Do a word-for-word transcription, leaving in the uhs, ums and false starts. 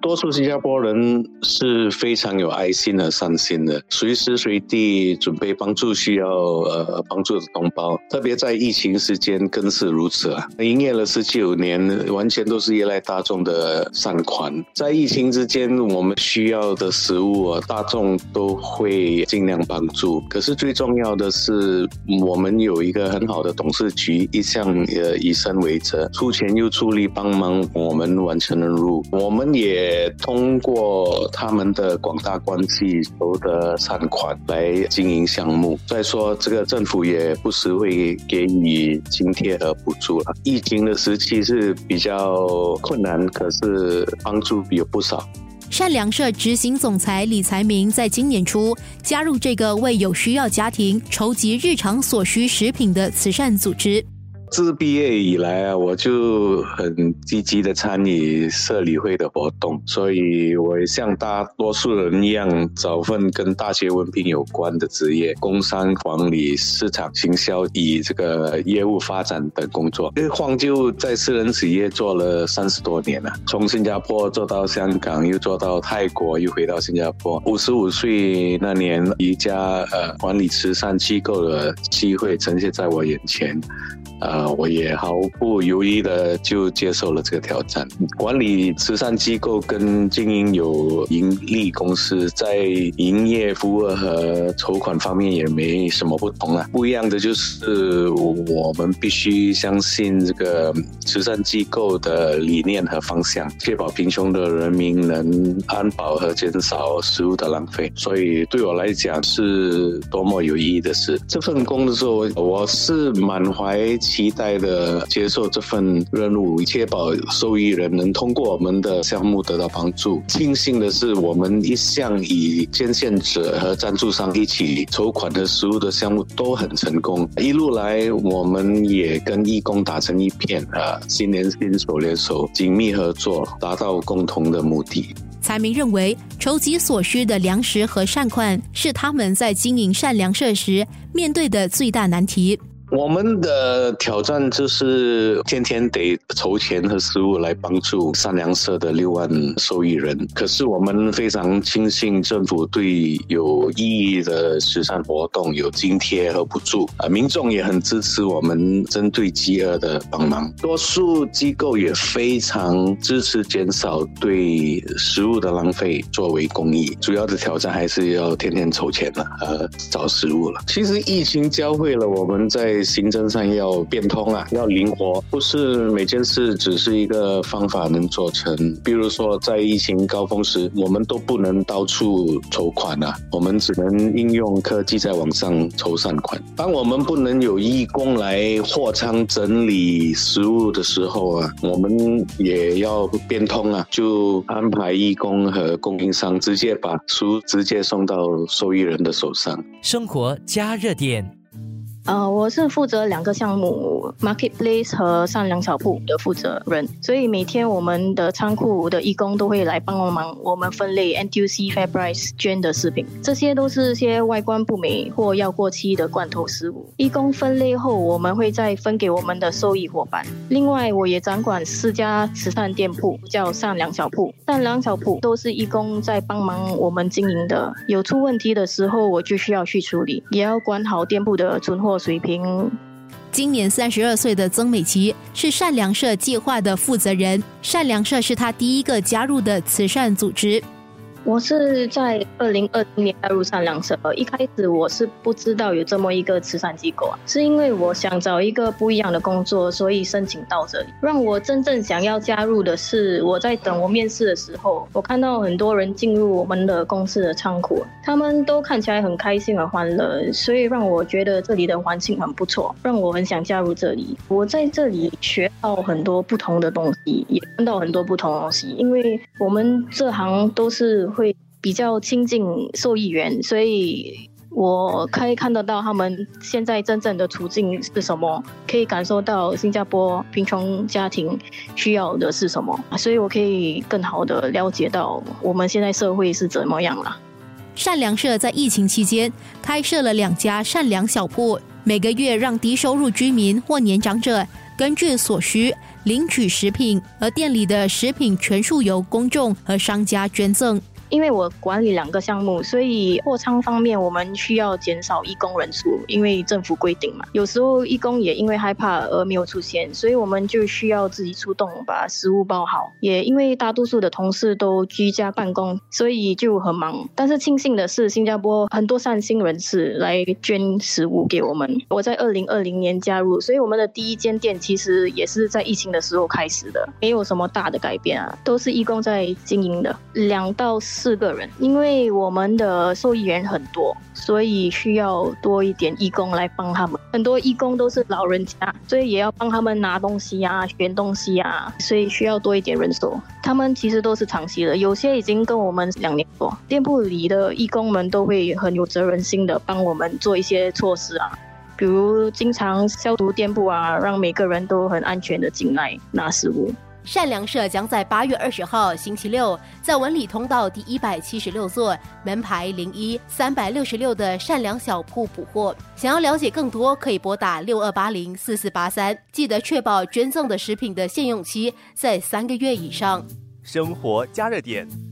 多数新加坡人是非常有爱心和善心的，随时随地准备帮助需要呃帮助的同胞，特别在疫情时间更是如此啊。营业了十九年，完全都是依赖大众的善款。在疫情之间，我们需要的食物啊，大众都会尽量帮助。可是最重要的是，我们有一个很好的董事局，一向呃以身为则，出钱又出力帮忙我们完成任务。我们也通过他们的广大关系筹的善款来经营项目。再说这个政府也不时会给予津贴和补助了。疫情的时期是比较困难，可是帮助有不少。 善良社执行总裁李才明在今年初加入这个为有需要家庭筹集日常所需食品的慈善组织。 自毕业以来啊，我就很积极的参与社理会的活动，所以我也像大多数人一样，找份跟大学文凭有关的职业，工商管理、市场行销以这个业务发展的工作。一晃就在私人企业做了三十多年了，从新加坡做到香港，又做到泰国，又回到新加坡。五十五岁那年，一家呃管理慈善机构的机会呈现在我眼前。呃，我也毫不犹豫的就接受了这个挑战。管理慈善机构跟经营有盈利公司，在营业服务和筹款方面也没什么不同了。不一样的就是我们必须相信这个慈善机构的理念和方向，确保贫穷的人民能安饱和减少食物的浪费。所以对我来讲是多么有意义的事。这份工的时候，我是满怀期待的接受这份任务，确保受益人能通过我们的项目得到帮助。庆幸的是，我们一向以捐献者和赞助商一起筹款的食物的项目都很成功。一路来，我们也跟义工打成一片啊，心连心，手连手，紧密合作，达到共同的目的。 才明认为，筹集所需的粮食和善款是他们在经营善良社时面对的最大难题。 我们的挑战就是天天得筹钱和食物来帮助善良社的六万受益人。可是我们非常庆幸政府对有意义的慈善活动有津贴和补助，啊，民众也很支持我们针对饥饿的帮忙。多数机构也非常支持减少对食物的浪费作为公益。主要的挑战还是要天天筹钱了，呃，找食物了。其实疫情教会了我们在行政上要变通啊，要灵活，不是每件事只是一个方法能做成。比如说在疫情高峰时，我们都不能到处筹款啊，我们只能应用科技在网上筹善款。当我们不能有义工来货仓整理食物的时候啊，我们也要变通啊，就安排义工和供应商直接把食物直接送到受益人的手上。 生活加热点。 呃，我是负责两个项目 Marketplace 和善良小铺的负责人，所以每天我们的仓库的义工都会来帮忙我们分类 N T U C FairPrice 捐的食品，这些都是些外观不美或要过期的罐头食物。义工分类后，我们会再分给我们的受益伙伴。另外，我也掌管四家慈善店铺，叫善良小铺。善良小铺都是义工在帮忙我们经营的，有出问题的时候，我就需要去处理，也要管好店铺的存货水平。 今年三十二岁的曾美琪是善良社计划的负责人，善良社是她第一个加入的慈善组织。 我是在二零二零年加入善良社，一开始我是不知道有这么一个慈善机构啊，是因为我想找一个不一样的工作，所以申请到这里。让我真正想要加入的是，我在等我面试的时候，我看到很多人进入我们的公司的仓库，他们都看起来很开心很欢乐，所以让我觉得这里的环境很不错，让我很想加入这里。我在这里学到很多不同的东西，也看到很多不同的东西，因为我们这行都是会比较亲近受益人，所以我可以看得到他们现在真正的处境是什么，可以感受到新加坡贫穷家庭需要的是什么，所以我可以更好的了解到我们现在社会是怎么样了。 善良社在疫情期间开设了两家善良小铺，每个月让低收入居民或年长者根据所需领取食品，而店里的食品全数由公众和商家捐赠。 因为我管理两个项目，所以货仓方面我们需要减少义工人数，因为政府规定嘛。有时候义工也因为害怕而没有出现，所以我们就需要自己出动把食物包好。也因为大多数的同事都居家办公，所以就很忙。但是庆幸的是，新加坡很多善心人士来捐食物给我们。我在二零二零年加入，所以我们的第一间店其实也是在疫情的时候开始的，没有什么大的改变啊，都是义工在经营的，两到四个人。因为我们的受益人很多，所以需要多一点义工来帮他们。很多义工都是老人家，所以也要帮他们拿东西啊、选东西啊，所以需要多一点人手。他们其实都是长期的，有些已经跟我们两年多。店铺里的义工们都会很有责任心的帮我们做一些措施啊，比如经常消毒店铺啊，让每个人都很安全的进来拿食物。 善良社将在八月二十号星期六在文理通道第一百七十六座门牌零一三百六十六的善良小铺补货。想要了解更多，可以拨打六二八零四四八三。记得确保捐赠的食品的限用期在三个月以上。 生活加热点。